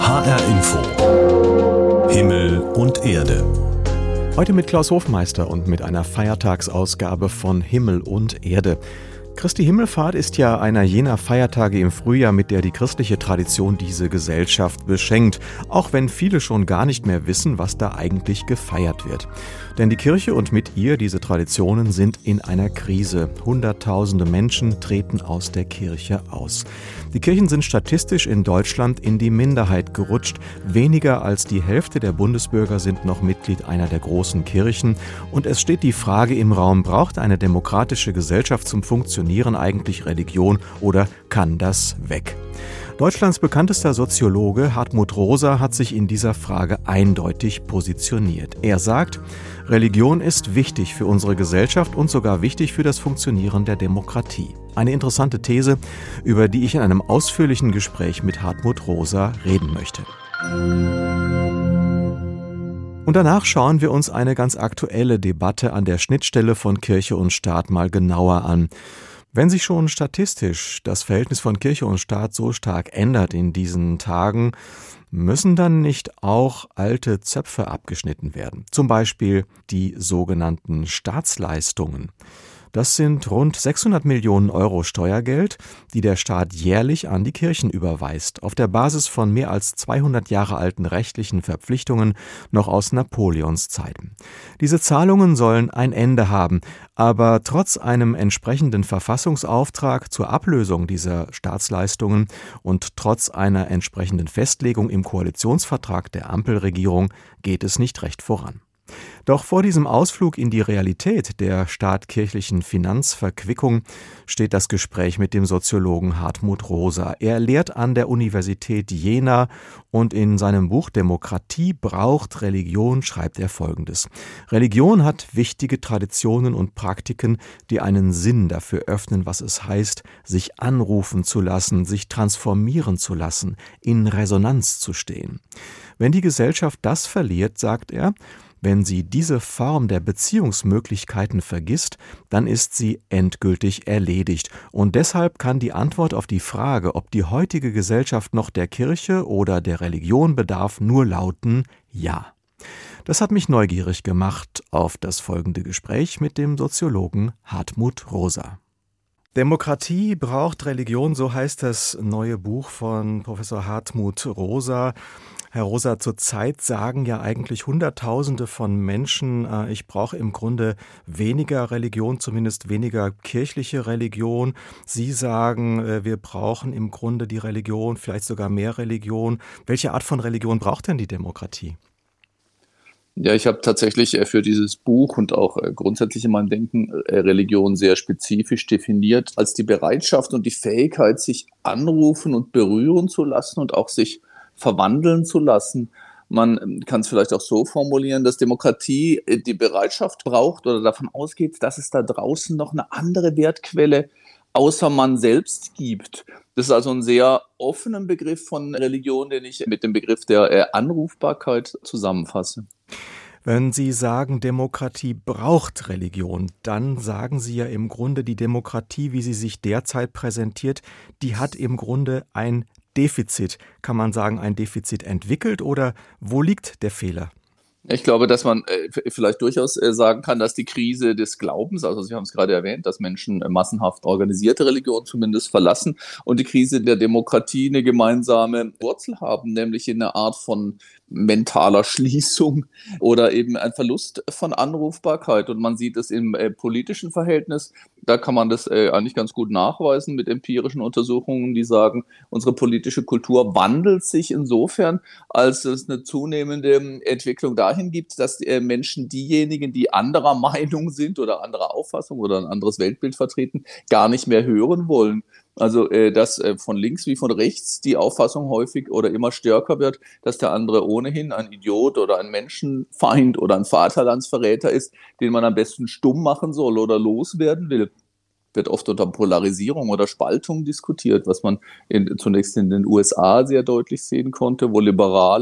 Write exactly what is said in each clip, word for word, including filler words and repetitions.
H R Info. Himmel und Erde. Heute mit Klaus Hofmeister und mit einer Feiertagsausgabe von Himmel und Erde. Christi Himmelfahrt ist ja einer jener Feiertage im Frühjahr, mit der die christliche Tradition diese Gesellschaft beschenkt, auch wenn viele schon gar nicht mehr wissen, was da eigentlich gefeiert wird. Denn die Kirche und mit ihr diese Traditionen sind in einer Krise. Hunderttausende Menschen treten aus der Kirche aus. Die Kirchen sind statistisch in Deutschland in die Minderheit gerutscht. Weniger als die Hälfte der Bundesbürger sind noch Mitglied einer der großen Kirchen. Und es steht die Frage im Raum, braucht eine demokratische Gesellschaft zum Funktionieren eigentlich Religion oder kann das weg? Deutschlands bekanntester Soziologe Hartmut Rosa hat sich in dieser Frage eindeutig positioniert. Er sagt, Religion ist wichtig für unsere Gesellschaft und sogar wichtig für das Funktionieren der Demokratie. Eine interessante These, über die ich in einem ausführlichen Gespräch mit Hartmut Rosa reden möchte. Und danach schauen wir uns eine ganz aktuelle Debatte an der Schnittstelle von Kirche und Staat mal genauer an. Wenn sich schon statistisch das Verhältnis von Kirche und Staat so stark ändert in diesen Tagen, müssen dann nicht auch alte Zöpfe abgeschnitten werden? Zum Beispiel die sogenannten Staatsleistungen. Das sind rund sechshundert Millionen Euro Steuergeld, die der Staat jährlich an die Kirchen überweist, auf der Basis von mehr als zweihundert Jahre alten rechtlichen Verpflichtungen noch aus Napoleons Zeiten. Diese Zahlungen sollen ein Ende haben, aber trotz einem entsprechenden Verfassungsauftrag zur Ablösung dieser Staatsleistungen und trotz einer entsprechenden Festlegung im Koalitionsvertrag der Ampelregierung geht es nicht recht voran. Doch vor diesem Ausflug in die Realität der staatkirchlichen Finanzverquickung steht das Gespräch mit dem Soziologen Hartmut Rosa. Er lehrt an der Universität Jena und in seinem Buch Demokratie braucht Religion schreibt er Folgendes. Religion hat wichtige Traditionen und Praktiken, die einen Sinn dafür öffnen, was es heißt, sich anrufen zu lassen, sich transformieren zu lassen, in Resonanz zu stehen. Wenn die Gesellschaft das verliert, sagt er, wenn sie diese Form der Beziehungsmöglichkeiten vergisst, dann ist sie endgültig erledigt. Und deshalb kann die Antwort auf die Frage, ob die heutige Gesellschaft noch der Kirche oder der Religion bedarf, nur lauten Ja. Das hat mich neugierig gemacht auf das folgende Gespräch mit dem Soziologen Hartmut Rosa. Demokratie braucht Religion, so heißt das neue Buch von Professor Hartmut Rosa. Herr Rosa, zurzeit sagen ja eigentlich Hunderttausende von Menschen, äh, ich brauche im Grunde weniger Religion, zumindest weniger kirchliche Religion. Sie sagen, äh, wir brauchen im Grunde die Religion, vielleicht sogar mehr Religion. Welche Art von Religion braucht denn die Demokratie? Ja, ich habe tatsächlich äh, für dieses Buch und auch äh, grundsätzlich in meinem Denken äh, Religion sehr spezifisch definiert als die Bereitschaft und die Fähigkeit, sich anrufen und berühren zu lassen und auch sich verwandeln zu lassen. Man kann es vielleicht auch so formulieren, dass Demokratie die Bereitschaft braucht oder davon ausgeht, dass es da draußen noch eine andere Wertquelle außer man selbst gibt. Das ist also ein sehr offener Begriff von Religion, den ich mit dem Begriff der Anrufbarkeit zusammenfasse. Wenn Sie sagen, Demokratie braucht Religion, dann sagen Sie ja im Grunde, die Demokratie, wie sie sich derzeit präsentiert, die hat im Grunde ein Defizit. Kann man sagen, ein Defizit entwickelt oder wo liegt der Fehler? Ich glaube, dass man äh, vielleicht durchaus äh, sagen kann, dass die Krise des Glaubens, also Sie haben es gerade erwähnt, dass Menschen äh, massenhaft organisierte Religion zumindest verlassen und die Krise der Demokratie eine gemeinsame Wurzel haben, nämlich in einer Art von mentaler Schließung oder eben ein Verlust von Anrufbarkeit. Und man sieht es im äh, politischen Verhältnis, da kann man das äh, eigentlich ganz gut nachweisen mit empirischen Untersuchungen, die sagen, unsere politische Kultur wandelt sich insofern, als es eine zunehmende Entwicklung dahin gibt, dass äh, Menschen diejenigen, die anderer Meinung sind oder anderer Auffassung oder ein anderes Weltbild vertreten, gar nicht mehr hören wollen. Also, äh, dass äh, von links wie von rechts die Auffassung häufig oder immer stärker wird, dass der andere ohnehin ein Idiot oder ein Menschenfeind oder ein Vaterlandsverräter ist, den man am besten stumm machen soll oder loswerden will. Wird oft unter Polarisierung oder Spaltung diskutiert, was man in, zunächst in den U S A sehr deutlich sehen konnte, wo Liberale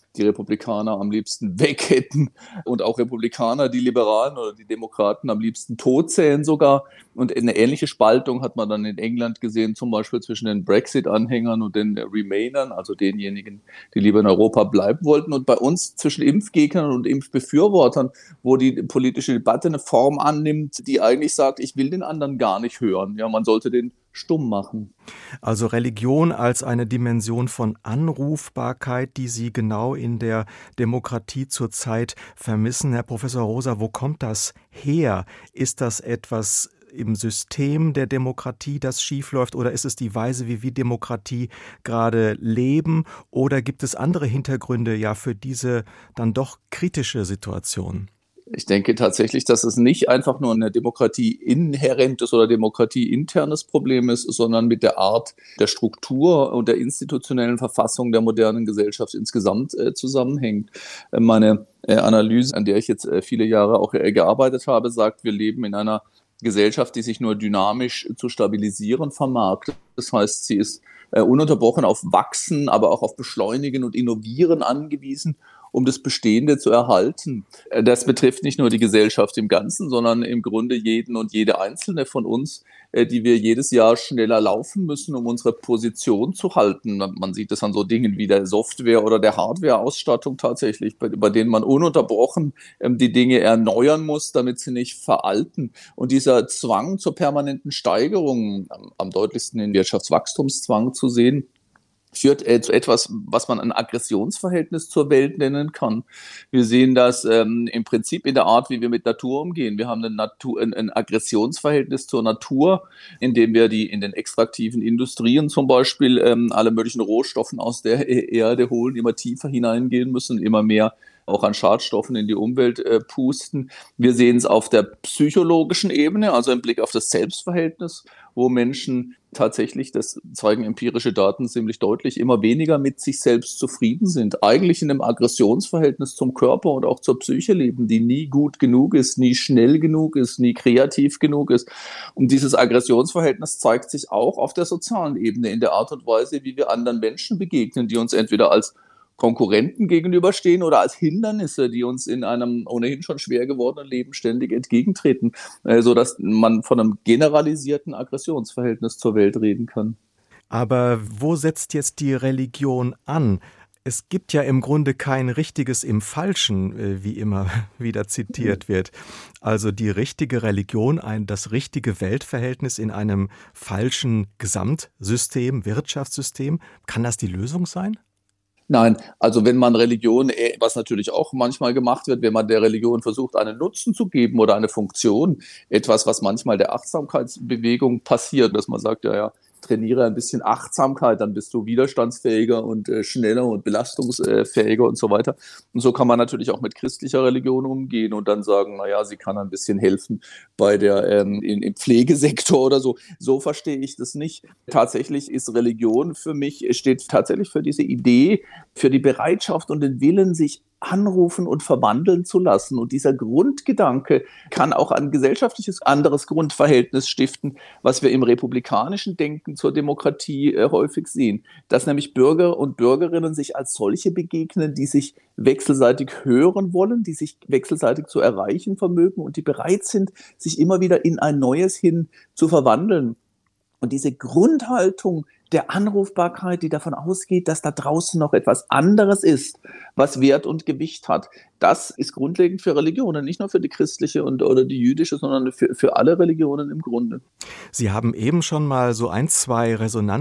die Republikaner am liebsten weg hätten und auch Republikaner, die Liberalen oder die Demokraten am liebsten tot zählen sogar. Und eine ähnliche Spaltung hat man dann in England gesehen, zum Beispiel zwischen den Brexit-Anhängern und den Remainern, also denjenigen, die lieber in Europa bleiben wollten. Und bei uns zwischen Impfgegnern und Impfbefürwortern, wo die politische Debatte eine Form annimmt, die eigentlich sagt, ich will den anderen gar nicht hören. Ja, man sollte den stumm machen. Also Religion als eine Dimension von Anrufbarkeit, die Sie genau in der Demokratie zurzeit vermissen. Herr Professor Rosa, wo kommt das her? Ist das etwas im System der Demokratie, das schiefläuft, oder ist es die Weise, wie wir Demokratie gerade leben, oder gibt es andere Hintergründe ja für diese dann doch kritische Situation? Ich denke tatsächlich, dass es nicht einfach nur ein demokratieinhärentes oder demokratieinternes Problem ist, sondern mit der Art der Struktur und der institutionellen Verfassung der modernen Gesellschaft insgesamt äh, zusammenhängt. Meine äh, Analyse, an der ich jetzt äh, viele Jahre auch äh, gearbeitet habe, sagt, wir leben in einer Gesellschaft, die sich nur dynamisch zu stabilisieren vermag. Das heißt, sie ist äh, ununterbrochen auf Wachsen, aber auch auf Beschleunigen und Innovieren angewiesen, um das Bestehende zu erhalten. Das betrifft nicht nur die Gesellschaft im Ganzen, sondern im Grunde jeden und jede Einzelne von uns, die wir jedes Jahr schneller laufen müssen, um unsere Position zu halten. Man sieht das an so Dingen wie der Software- oder der Hardware-Ausstattung tatsächlich, bei, bei denen man ununterbrochen die Dinge erneuern muss, damit sie nicht veralten. Und dieser Zwang zur permanenten Steigerung, am, am deutlichsten in Wirtschaftswachstumszwang zu sehen, führt äh, zu etwas, was man ein Aggressionsverhältnis zur Welt nennen kann. Wir sehen das ähm, im Prinzip in der Art, wie wir mit Natur umgehen. Wir haben ein, Natur, ein, ein Aggressionsverhältnis zur Natur, indem wir die in den extraktiven Industrien zum Beispiel ähm, alle möglichen Rohstoffen aus der Erde holen, immer tiefer hineingehen müssen, immer mehr auch an Schadstoffen in die Umwelt äh, pusten. Wir sehen es auf der psychologischen Ebene, also im Blick auf das Selbstverhältnis, wo Menschen tatsächlich, das zeigen empirische Daten ziemlich deutlich, immer weniger mit sich selbst zufrieden sind. Eigentlich in einem Aggressionsverhältnis zum Körper und auch zur Psyche leben, die nie gut genug ist, nie schnell genug ist, nie kreativ genug ist. Und dieses Aggressionsverhältnis zeigt sich auch auf der sozialen Ebene, in der Art und Weise, wie wir anderen Menschen begegnen, die uns entweder als Konkurrenten gegenüberstehen oder als Hindernisse, die uns in einem ohnehin schon schwer gewordenen Leben ständig entgegentreten, sodass man von einem generalisierten Aggressionsverhältnis zur Welt reden kann. Aber wo setzt jetzt die Religion an? Es gibt ja im Grunde kein richtiges im Falschen, wie immer wieder zitiert wird. Also die richtige Religion, ein, das richtige Weltverhältnis in einem falschen Gesamtsystem, Wirtschaftssystem. Kann das die Lösung sein? Nein, also wenn man Religion, was natürlich auch manchmal gemacht wird, wenn man der Religion versucht, einen Nutzen zu geben oder eine Funktion, etwas, was manchmal der Achtsamkeitsbewegung passiert, dass man sagt, ja, ja, trainiere ein bisschen Achtsamkeit, dann bist du widerstandsfähiger und äh, schneller und belastungsfähiger und so weiter. Und so kann man natürlich auch mit christlicher Religion umgehen und dann sagen, naja, sie kann ein bisschen helfen bei der ähm, in, im Pflegesektor oder so. So verstehe ich das nicht. Tatsächlich ist Religion für mich, steht tatsächlich für diese Idee, für die Bereitschaft und den Willen, sich anrufen und verwandeln zu lassen. Und dieser Grundgedanke kann auch ein gesellschaftliches anderes Grundverhältnis stiften, was wir im republikanischen Denken zur Demokratie äh, häufig sehen. Dass nämlich Bürger und Bürgerinnen sich als solche begegnen, die sich wechselseitig hören wollen, die sich wechselseitig zu erreichen vermögen und die bereit sind, sich immer wieder in ein Neues hin zu verwandeln. Und diese Grundhaltung der Anrufbarkeit, die davon ausgeht, dass da draußen noch etwas anderes ist, was Wert und Gewicht hat, das ist grundlegend für Religionen, nicht nur für die christliche und oder die jüdische, sondern für, für alle Religionen im Grunde. Sie haben eben schon mal so ein, zwei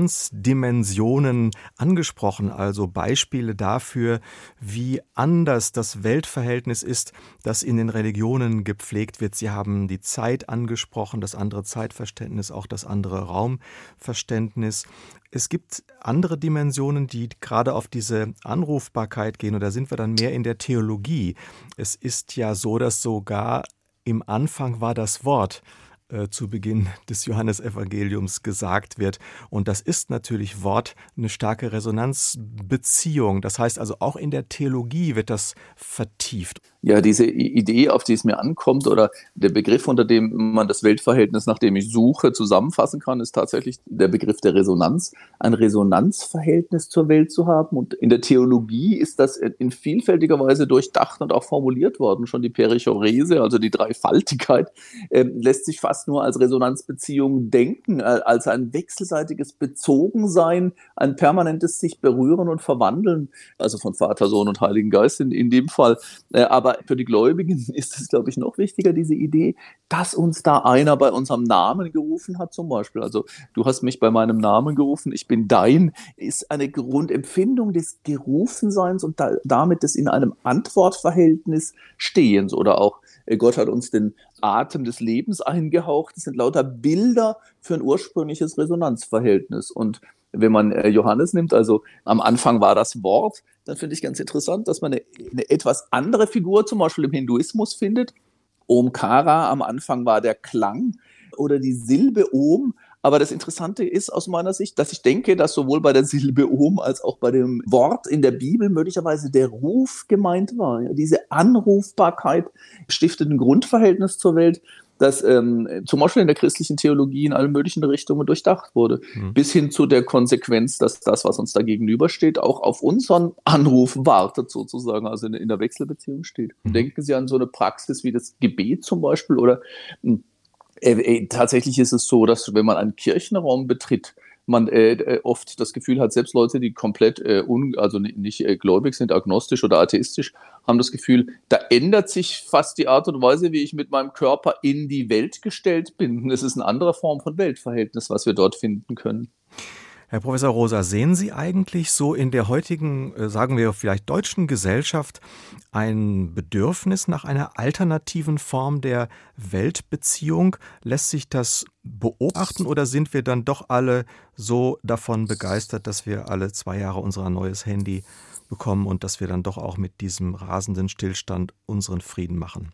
Resonanzdimensionen angesprochen, also Beispiele dafür, wie anders das Weltverhältnis ist, das in den Religionen gepflegt wird. Sie haben die Zeit angesprochen, das andere Zeitverständnis, auch das andere Raumverständnis. Es gibt andere Dimensionen, die gerade auf diese Anrufbarkeit gehen, und da sind wir dann mehr in der Theologie. Es ist ja so, dass sogar im Anfang war das Wort äh, zu Beginn des Johannesevangeliums gesagt wird. Und das ist natürlich Wort eine starke Resonanzbeziehung. Das heißt also, auch in der Theologie wird das vertieft. Ja, diese Idee, auf die es mir ankommt, oder der Begriff, unter dem man das Weltverhältnis, nach dem ich suche, zusammenfassen kann, ist tatsächlich der Begriff der Resonanz. Ein Resonanzverhältnis zur Welt zu haben. Und in der Theologie ist das in vielfältiger Weise durchdacht und auch formuliert worden. Schon die Perichorese, also die Dreifaltigkeit, äh, lässt sich fast nur als Resonanzbeziehung denken, äh, als ein wechselseitiges Bezogensein, ein permanentes sich berühren und verwandeln, also von Vater, Sohn und Heiligen Geist in, in dem Fall. Äh, aber für die Gläubigen ist es, glaube ich, noch wichtiger, diese Idee, dass uns da einer bei unserem Namen gerufen hat, zum Beispiel. Also du hast mich bei meinem Namen gerufen, ich bin dein, ist eine Grundempfindung des Gerufenseins und da, damit des in einem Antwortverhältnis Stehens. Oder auch äh, Gott hat uns den Atem des Lebens eingehaucht. Das sind lauter Bilder für ein ursprüngliches Resonanzverhältnis. Und wenn man äh, Johannes nimmt, also am Anfang war das Wort, dann finde ich ganz interessant, dass man eine, eine etwas andere Figur zum Beispiel im Hinduismus findet. Omkara, am Anfang war der Klang oder die Silbe Om. Aber das Interessante ist aus meiner Sicht, dass ich denke, dass sowohl bei der Silbe Om als auch bei dem Wort in der Bibel möglicherweise der Ruf gemeint war. Ja, diese Anrufbarkeit stiftet ein Grundverhältnis zur Welt, das ähm, zum Beispiel in der christlichen Theologie in allen möglichen Richtungen durchdacht wurde, mhm. bis hin zu der Konsequenz, dass das, was uns da gegenübersteht, auch auf unseren Anruf wartet sozusagen, also in, in der Wechselbeziehung steht. Mhm. Denken Sie an so eine Praxis wie das Gebet zum Beispiel oder äh, äh, tatsächlich ist es so, dass wenn man einen Kirchenraum betritt, man äh, oft das Gefühl hat, selbst Leute, die komplett äh, un, also nicht, nicht äh, gläubig sind, agnostisch oder atheistisch, haben das Gefühl, da ändert sich fast die Art und Weise, wie ich mit meinem Körper in die Welt gestellt bin. Es ist eine andere Form von Weltverhältnis, was wir dort finden können. Herr Professor Rosa, sehen Sie eigentlich so in der heutigen, sagen wir vielleicht deutschen Gesellschaft ein Bedürfnis nach einer alternativen Form der Weltbeziehung? Lässt sich das beobachten oder sind wir dann doch alle so davon begeistert, dass wir alle zwei Jahre unser neues Handy bekommen und dass wir dann doch auch mit diesem rasenden Stillstand unseren Frieden machen?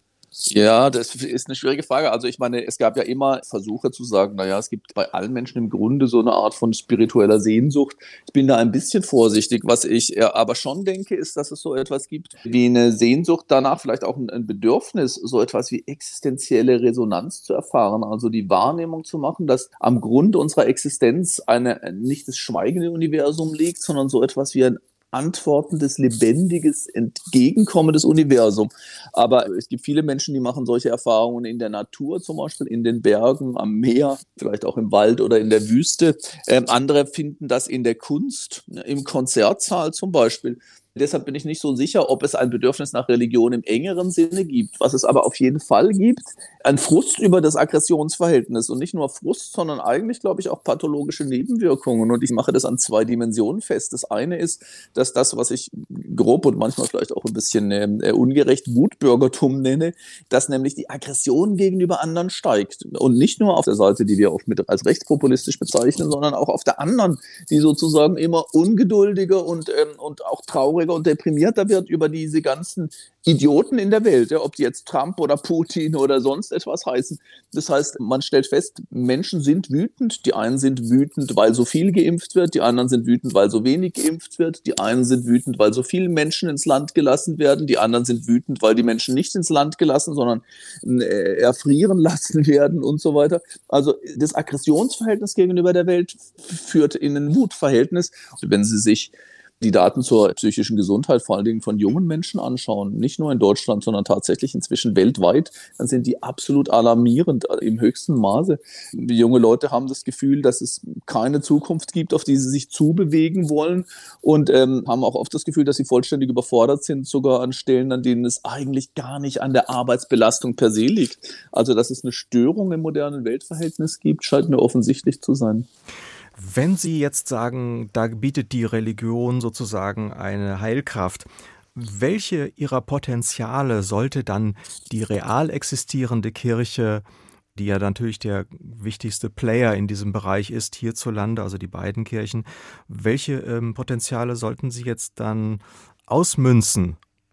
Ja, das ist eine schwierige Frage. Also ich meine, es gab ja immer Versuche zu sagen, naja, es gibt bei allen Menschen im Grunde so eine Art von spiritueller Sehnsucht. Ich bin da ein bisschen vorsichtig. Was ich aber schon denke, ist, dass es so etwas gibt wie eine Sehnsucht danach, vielleicht auch ein Bedürfnis, so etwas wie existenzielle Resonanz zu erfahren. Also die Wahrnehmung zu machen, dass am Grund unserer Existenz eine, nicht das schweigende Universum liegt, sondern so etwas wie ein antwortendes, lebendiges, entgegenkommendes Universum. Aber es gibt viele Menschen, die machen solche Erfahrungen in der Natur, zum Beispiel in den Bergen, am Meer, vielleicht auch im Wald oder in der Wüste. Ähm, andere finden das in der Kunst, im Konzertsaal zum Beispiel. Deshalb bin ich nicht so sicher, ob es ein Bedürfnis nach Religion im engeren Sinne gibt. Was es aber auf jeden Fall gibt, ein Frust über das Aggressionsverhältnis. Und nicht nur Frust, sondern eigentlich, glaube ich, auch pathologische Nebenwirkungen. Und ich mache das an zwei Dimensionen fest. Das eine ist, dass das, was ich grob und manchmal vielleicht auch ein bisschen äh, ungerecht Wutbürgertum nenne, dass nämlich die Aggression gegenüber anderen steigt. Und nicht nur auf der Seite, die wir oft mit als rechtspopulistisch bezeichnen, sondern auch auf der anderen, die sozusagen immer ungeduldiger und, ähm, und auch trauriger und deprimierter wird über diese ganzen Idioten in der Welt, ja, ob die jetzt Trump oder Putin oder sonst etwas heißen. Das heißt, man stellt fest, Menschen sind wütend. Die einen sind wütend, weil so viel geimpft wird. Die anderen sind wütend, weil so wenig geimpft wird. Die einen sind wütend, weil so viele Menschen ins Land gelassen werden. Die anderen sind wütend, weil die Menschen nicht ins Land gelassen, sondern äh, erfrieren lassen werden und so weiter. Also das Aggressionsverhältnis gegenüber der Welt führt in ein Wutverhältnis. Wenn Sie sich die Daten zur psychischen Gesundheit vor allen Dingen von jungen Menschen anschauen, nicht nur in Deutschland, sondern tatsächlich inzwischen weltweit, dann sind die absolut alarmierend im höchsten Maße. Die junge Leute haben das Gefühl, dass es keine Zukunft gibt, auf die sie sich zubewegen wollen und ähm, haben auch oft das Gefühl, dass sie vollständig überfordert sind, sogar an Stellen, an denen es eigentlich gar nicht an der Arbeitsbelastung per se liegt. Also, dass es eine Störung im modernen Weltverhältnis gibt, scheint mir offensichtlich zu sein. Wenn Sie jetzt sagen, da bietet die Religion sozusagen eine Heilkraft, welche ihrer Potenziale sollte dann die real existierende Kirche, die ja natürlich der wichtigste Player in diesem Bereich ist, hierzulande, also die beiden Kirchen, welche ähm, Potenziale sollten Sie jetzt dann ausmünzen,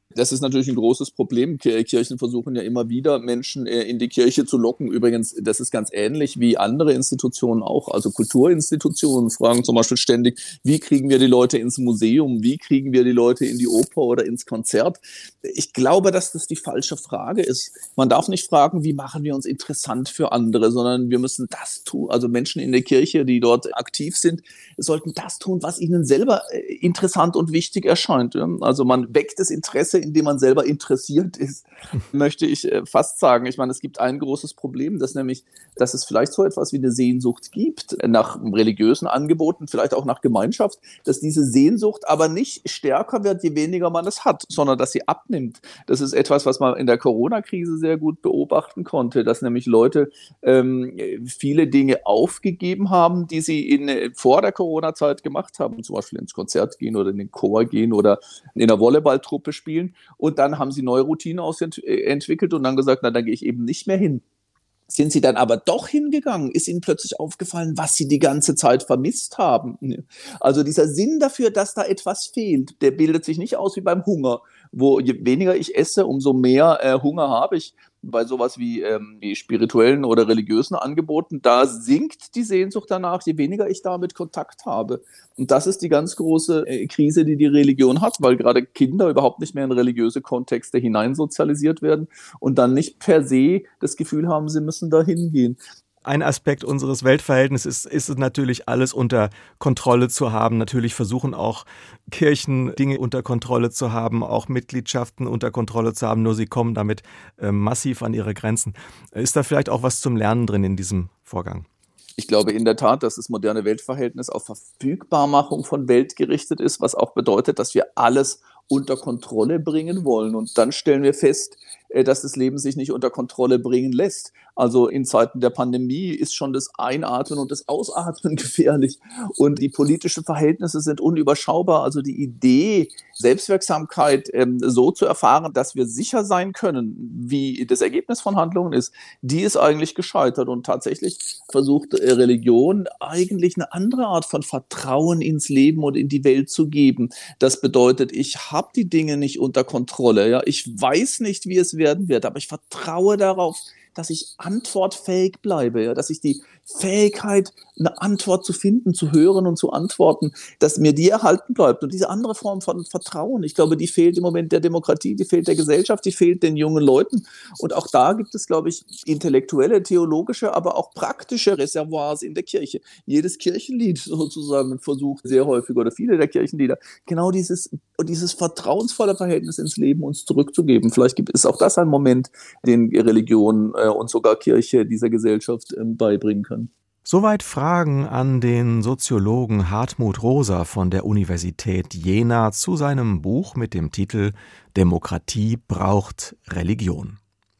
Das ist natürlich ein großes Problem. Kirchen versuchen ja immer wieder, Menschen in die Kirche zu locken. Übrigens, das ist ganz ähnlich wie andere Institutionen auch. Also Kulturinstitutionen fragen zum Beispiel ständig, wie kriegen wir die Leute ins Museum? Wie kriegen wir die Leute in die Oper oder ins Konzert? Ich glaube, dass das die falsche Frage ist. Man darf nicht fragen, wie machen wir uns interessant für andere, sondern wir müssen das tun. Also Menschen in der Kirche, die dort aktiv sind, sollten das tun, was ihnen selber interessant und wichtig erscheint. Also man weckt das Interesse, in dem man selber interessiert ist, möchte ich fast sagen. Ich meine, es gibt ein großes Problem, das nämlich, dass es vielleicht so etwas wie eine Sehnsucht gibt nach religiösen Angeboten, vielleicht auch nach Gemeinschaft, dass diese Sehnsucht aber nicht stärker wird, je weniger man es hat, sondern dass sie abnimmt. Das ist etwas, was man in der Corona-Krise sehr gut beobachten konnte, dass nämlich Leute ähm, viele Dinge aufgegeben haben, die sie in, vor der Corona-Zeit gemacht haben, zum Beispiel ins Konzert gehen oder in den Chor gehen oder in einer Volleyballtruppe spielen. Und dann haben sie neue Routinen entwickelt und dann gesagt, na, dann gehe ich eben nicht mehr hin. Sind sie dann aber doch hingegangen, ist ihnen plötzlich aufgefallen, was sie die ganze Zeit vermisst haben. Also dieser Sinn dafür, dass da etwas fehlt, der bildet sich nicht aus wie beim Hunger, wo je weniger ich esse, umso mehr äh, Hunger habe ich. Bei sowas wie, ähm, wie spirituellen oder religiösen Angeboten, da sinkt die Sehnsucht danach, je weniger ich damit Kontakt habe. Und das ist die ganz große äh, Krise, die die Religion hat, weil gerade Kinder überhaupt nicht mehr in religiöse Kontexte hineinsozialisiert werden und dann nicht per se das Gefühl haben, sie müssen da hingehen. Ein Aspekt unseres Weltverhältnisses ist, ist es natürlich, alles unter Kontrolle zu haben. Natürlich versuchen auch Kirchen, Dinge unter Kontrolle zu haben, auch Mitgliedschaften unter Kontrolle zu haben, nur sie kommen damit äh, massiv an ihre Grenzen. Ist da vielleicht auch was zum Lernen drin in diesem Vorgang? Ich glaube in der Tat, dass das moderne Weltverhältnis auf Verfügbarmachung von Welt gerichtet ist, was auch bedeutet, dass wir alles unter Kontrolle bringen wollen. Und dann stellen wir fest, dass das Leben sich nicht unter Kontrolle bringen lässt. Also in Zeiten der Pandemie ist schon das Einatmen und das Ausatmen gefährlich. Und die politischen Verhältnisse sind unüberschaubar. Also die Idee, Selbstwirksamkeit ähm, so zu erfahren, dass wir sicher sein können, wie das Ergebnis von Handlungen ist, die ist eigentlich gescheitert. Und tatsächlich versucht Religion eigentlich eine andere Art von Vertrauen ins Leben und in die Welt zu geben. Das bedeutet, ich habe die Dinge nicht unter Kontrolle. Ja? Ich weiß nicht, wie es werden wird, aber ich vertraue darauf, dass ich antwortfähig bleibe, ja, dass ich die Fähigkeit, eine Antwort zu finden, zu hören und zu antworten, dass mir die erhalten bleibt. Und diese andere Form von Vertrauen, ich glaube, die fehlt im Moment der Demokratie, die fehlt der Gesellschaft, die fehlt den jungen Leuten. Und auch da gibt es, glaube ich, intellektuelle, theologische, aber auch praktische Reservoirs in der Kirche. Jedes Kirchenlied sozusagen versucht sehr häufig, oder viele der Kirchenlieder, genau dieses, dieses vertrauensvolle Verhältnis ins Leben uns zurückzugeben. Vielleicht gibt es auch das ein Moment, den Religion äh, und sogar Kirche dieser Gesellschaft äh, beibringen können. Soweit Fragen an den Soziologen Hartmut Rosa von der Universität Jena zu seinem Buch mit dem Titel »Demokratie braucht Religion«.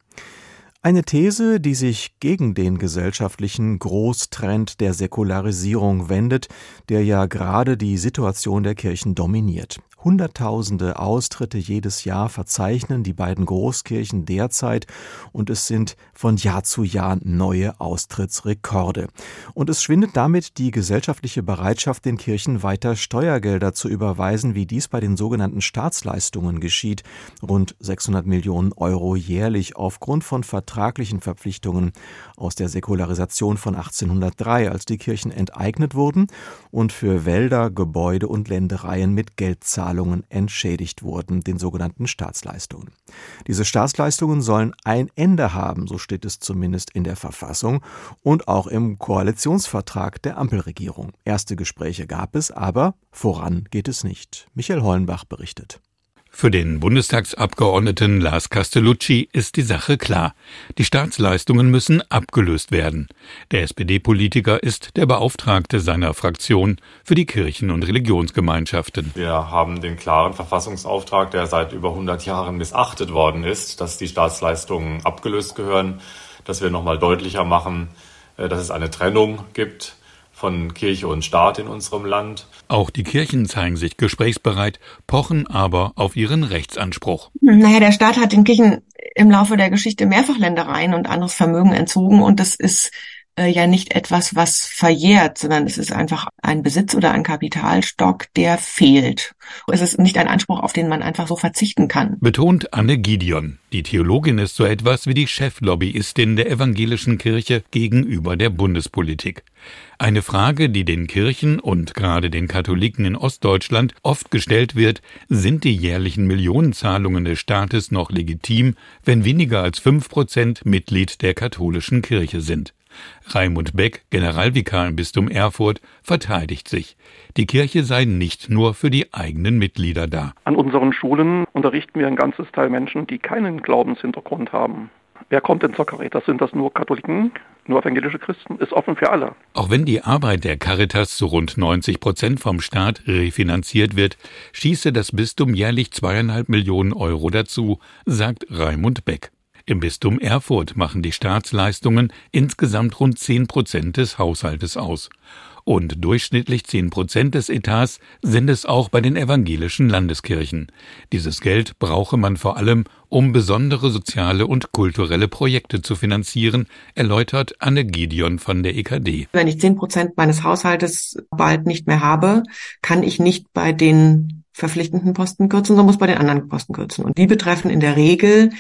Eine These, die sich gegen den gesellschaftlichen Großtrend der Säkularisierung wendet, der ja gerade die Situation der Kirchen dominiert. Hunderttausende Austritte jedes Jahr verzeichnen die beiden Großkirchen derzeit und es sind von Jahr zu Jahr neue Austrittsrekorde. Und es schwindet damit die gesellschaftliche Bereitschaft, den Kirchen weiter Steuergelder zu überweisen, wie dies bei den sogenannten Staatsleistungen geschieht. Rund sechshundert Millionen Euro jährlich aufgrund von vertraglichen Verpflichtungen aus der Säkularisation von achtzehnhundertdrei, als die Kirchen enteignet wurden und für Wälder, Gebäude und Ländereien mit Geldzahlungen entschädigt wurden, den sogenannten Staatsleistungen. Diese Staatsleistungen sollen ein Ende haben, so steht es zumindest in der Verfassung und auch im Koalitionsvertrag der Ampelregierung. Erste Gespräche gab es, aber voran geht es nicht. Michael Hollenbach berichtet. Für den Bundestagsabgeordneten Lars Castellucci ist die Sache klar. Die Staatsleistungen müssen abgelöst werden. Der S P D-Politiker ist der Beauftragte seiner Fraktion für die Kirchen- und Religionsgemeinschaften. Wir haben den klaren Verfassungsauftrag, der seit über hundert Jahren missachtet worden ist, dass die Staatsleistungen abgelöst gehören, dass wir nochmal deutlicher machen, dass es eine Trennung gibt von Kirche und Staat in unserem Land. Auch die Kirchen zeigen sich gesprächsbereit, pochen aber auf ihren Rechtsanspruch. Naja, der Staat hat den Kirchen im Laufe der Geschichte mehrfach Ländereien und anderes Vermögen entzogen und das ist äh, ja nicht etwas, was verjährt, sondern es ist einfach ein Besitz oder ein Kapitalstock, der fehlt. Es ist nicht ein Anspruch, auf den man einfach so verzichten kann. Betont Anne Gideon. Die Theologin ist so etwas wie die Cheflobbyistin der evangelischen Kirche gegenüber der Bundespolitik. Eine Frage, die den Kirchen und gerade den Katholiken in Ostdeutschland oft gestellt wird: Sind die jährlichen Millionenzahlungen des Staates noch legitim, wenn weniger als fünf Prozent Mitglied der katholischen Kirche sind? Raimund Beck, Generalvikar im Bistum Erfurt, verteidigt sich. Die Kirche sei nicht nur für die eigenen Mitglieder da. An unseren Schulen unterrichten wir ein ganzes Teil Menschen, die keinen Glaubenshintergrund haben. Wer kommt denn zur Caritas? Sind das nur Katholiken, nur evangelische Christen? Ist offen für alle. Auch wenn die Arbeit der Caritas zu rund neunzig Prozent vom Staat refinanziert wird, schieße das Bistum jährlich zweieinhalb Millionen Euro dazu, sagt Raimund Beck. Im Bistum Erfurt machen die Staatsleistungen insgesamt rund zehn Prozent des Haushaltes aus. Und durchschnittlich zehn Prozent des Etats sind es auch bei den evangelischen Landeskirchen. Dieses Geld brauche man vor allem, um besondere soziale und kulturelle Projekte zu finanzieren, erläutert Anne Gideon von der E K D. Wenn ich zehn Prozent meines Haushaltes bald nicht mehr habe, kann ich nicht bei den verpflichtenden Posten kürzen, sondern muss bei den anderen Posten kürzen. Und die betreffen in der Regel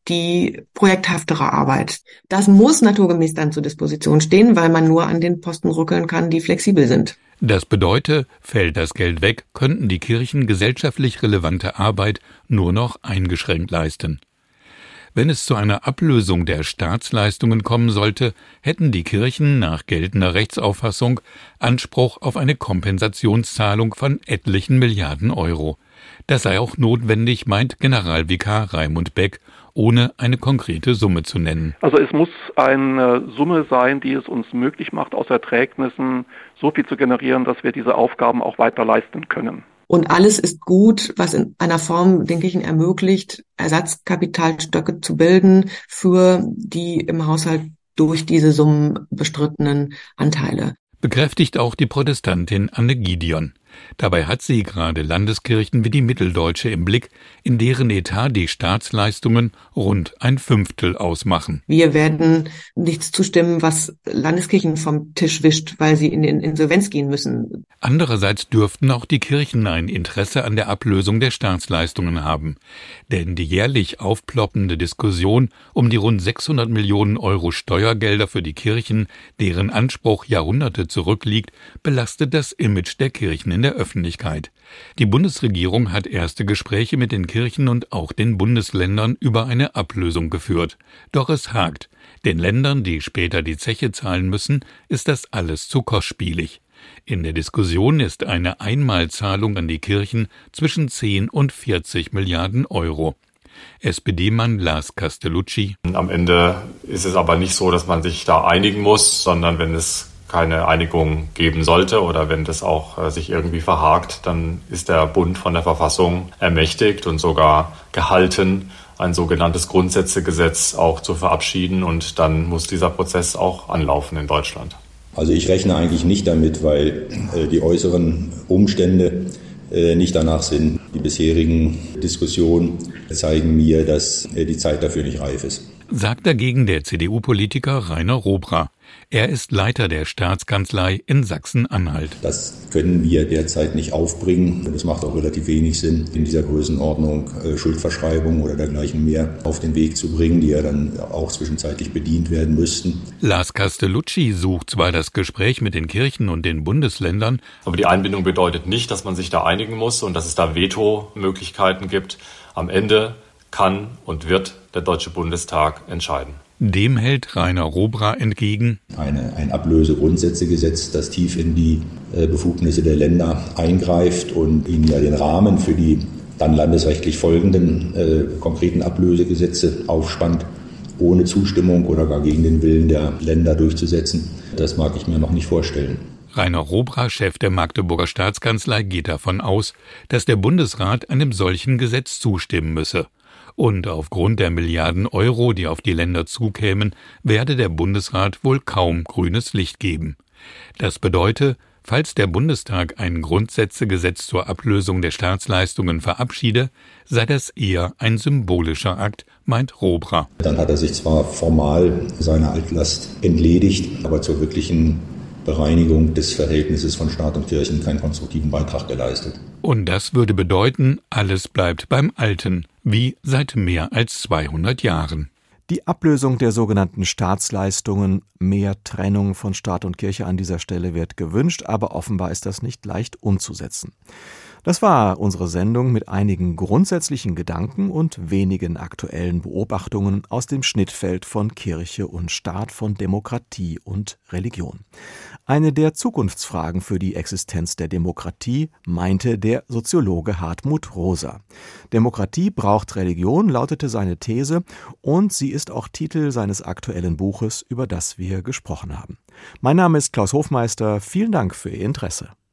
die projekthaftere Arbeit. Das muss naturgemäß dann zur Disposition stehen, weil man nur an den Posten rückeln kann, die flexibel sind. Das bedeutet, fällt das Geld weg, könnten die Kirchen gesellschaftlich relevante Arbeit nur noch eingeschränkt leisten. Wenn es zu einer Ablösung der Staatsleistungen kommen sollte, hätten die Kirchen nach geltender Rechtsauffassung Anspruch auf eine Kompensationszahlung von etlichen Milliarden Euro. Das sei auch notwendig, meint Generalvikar Raimund Beck, ohne eine konkrete Summe zu nennen. Also es muss eine Summe sein, die es uns möglich macht, aus Erträgnissen so viel zu generieren, dass wir diese Aufgaben auch weiter leisten können. Und alles ist gut, was in einer Form den Kirchen ermöglicht, Ersatzkapitalstöcke zu bilden für die im Haushalt durch diese Summen bestrittenen Anteile. Bekräftigt auch die Protestantin Anne Gideon. Dabei hat sie gerade Landeskirchen wie die Mitteldeutsche im Blick, in deren Etat die Staatsleistungen rund ein Fünftel ausmachen. Wir werden nichts zustimmen, was Landeskirchen vom Tisch wischt, weil sie in den Insolvenz gehen müssen. Andererseits dürften auch die Kirchen ein Interesse an der Ablösung der Staatsleistungen haben. Denn die jährlich aufploppende Diskussion um die rund sechshundert Millionen Euro Steuergelder für die Kirchen, deren Anspruch Jahrhunderte zurückliegt, belastet das Image der Kirchen in der Öffentlichkeit. Die Bundesregierung hat erste Gespräche mit den Kirchen und auch den Bundesländern über eine Ablösung geführt. Doch es hakt. Den Ländern, die später die Zeche zahlen müssen, ist das alles zu kostspielig. In der Diskussion ist eine Einmalzahlung an die Kirchen zwischen zehn und vierzig Milliarden Euro. S P D-Mann Lars Castellucci. Am Ende ist es aber nicht so, dass man sich da einigen muss, sondern wenn es keine Einigung geben sollte oder wenn das auch äh, sich irgendwie verhakt, dann ist der Bund von der Verfassung ermächtigt und sogar gehalten, ein sogenanntes Grundsätzegesetz auch zu verabschieden, und dann muss dieser Prozess auch anlaufen in Deutschland. Also ich rechne eigentlich nicht damit, weil äh, die äußeren Umstände äh, nicht danach sind. Die bisherigen Diskussionen zeigen mir, dass äh, die Zeit dafür nicht reif ist. Sagt dagegen der C D U-Politiker Rainer Robra. Er ist Leiter der Staatskanzlei in Sachsen-Anhalt. Das können wir derzeit nicht aufbringen. Und es macht auch relativ wenig Sinn, in dieser Größenordnung äh, Schuldverschreibungen oder dergleichen mehr auf den Weg zu bringen, die ja dann auch zwischenzeitlich bedient werden müssten. Lars Castellucci sucht zwar das Gespräch mit den Kirchen und den Bundesländern, aber die Einbindung bedeutet nicht, dass man sich da einigen muss und dass es da Veto-Möglichkeiten gibt. Am Ende kann und wird der Deutsche Bundestag entscheiden. Dem hält Rainer Robra entgegen: Eine, ein Ablösegrundsätzegesetz, das tief in die äh, Befugnisse der Länder eingreift und ihnen ja den Rahmen für die dann landesrechtlich folgenden äh, konkreten Ablösegesetze aufspannt, ohne Zustimmung oder gar gegen den Willen der Länder durchzusetzen. Das mag ich mir noch nicht vorstellen. Rainer Robra, Chef der Magdeburger Staatskanzlei, geht davon aus, dass der Bundesrat einem solchen Gesetz zustimmen müsse. Und aufgrund der Milliarden Euro, die auf die Länder zukämen, werde der Bundesrat wohl kaum grünes Licht geben. Das bedeutet, Falls der Bundestag ein Grundsätzegesetz zur Ablösung der Staatsleistungen verabschiede, sei das eher ein symbolischer Akt, meint Robra. Dann hat er sich zwar formal seiner Altlast entledigt, aber zur wirklichen Bereinigung des Verhältnisses von Staat und Kirchen keinen konstruktiven Beitrag geleistet. Und das würde bedeuten, alles bleibt beim Alten, wie seit mehr als zweihundert Jahren. Die Ablösung der sogenannten Staatsleistungen, mehr Trennung von Staat und Kirche an dieser Stelle wird gewünscht, aber offenbar ist das nicht leicht umzusetzen. Das war unsere Sendung mit einigen grundsätzlichen Gedanken und wenigen aktuellen Beobachtungen aus dem Schnittfeld von Kirche und Staat, von Demokratie und Religion. Eine der Zukunftsfragen für die Existenz der Demokratie, meinte der Soziologe Hartmut Rosa. Demokratie braucht Religion, lautete seine These, und sie ist auch Titel seines aktuellen Buches, über das wir gesprochen haben. Mein Name ist Klaus Hofmeister. Vielen Dank für Ihr Interesse.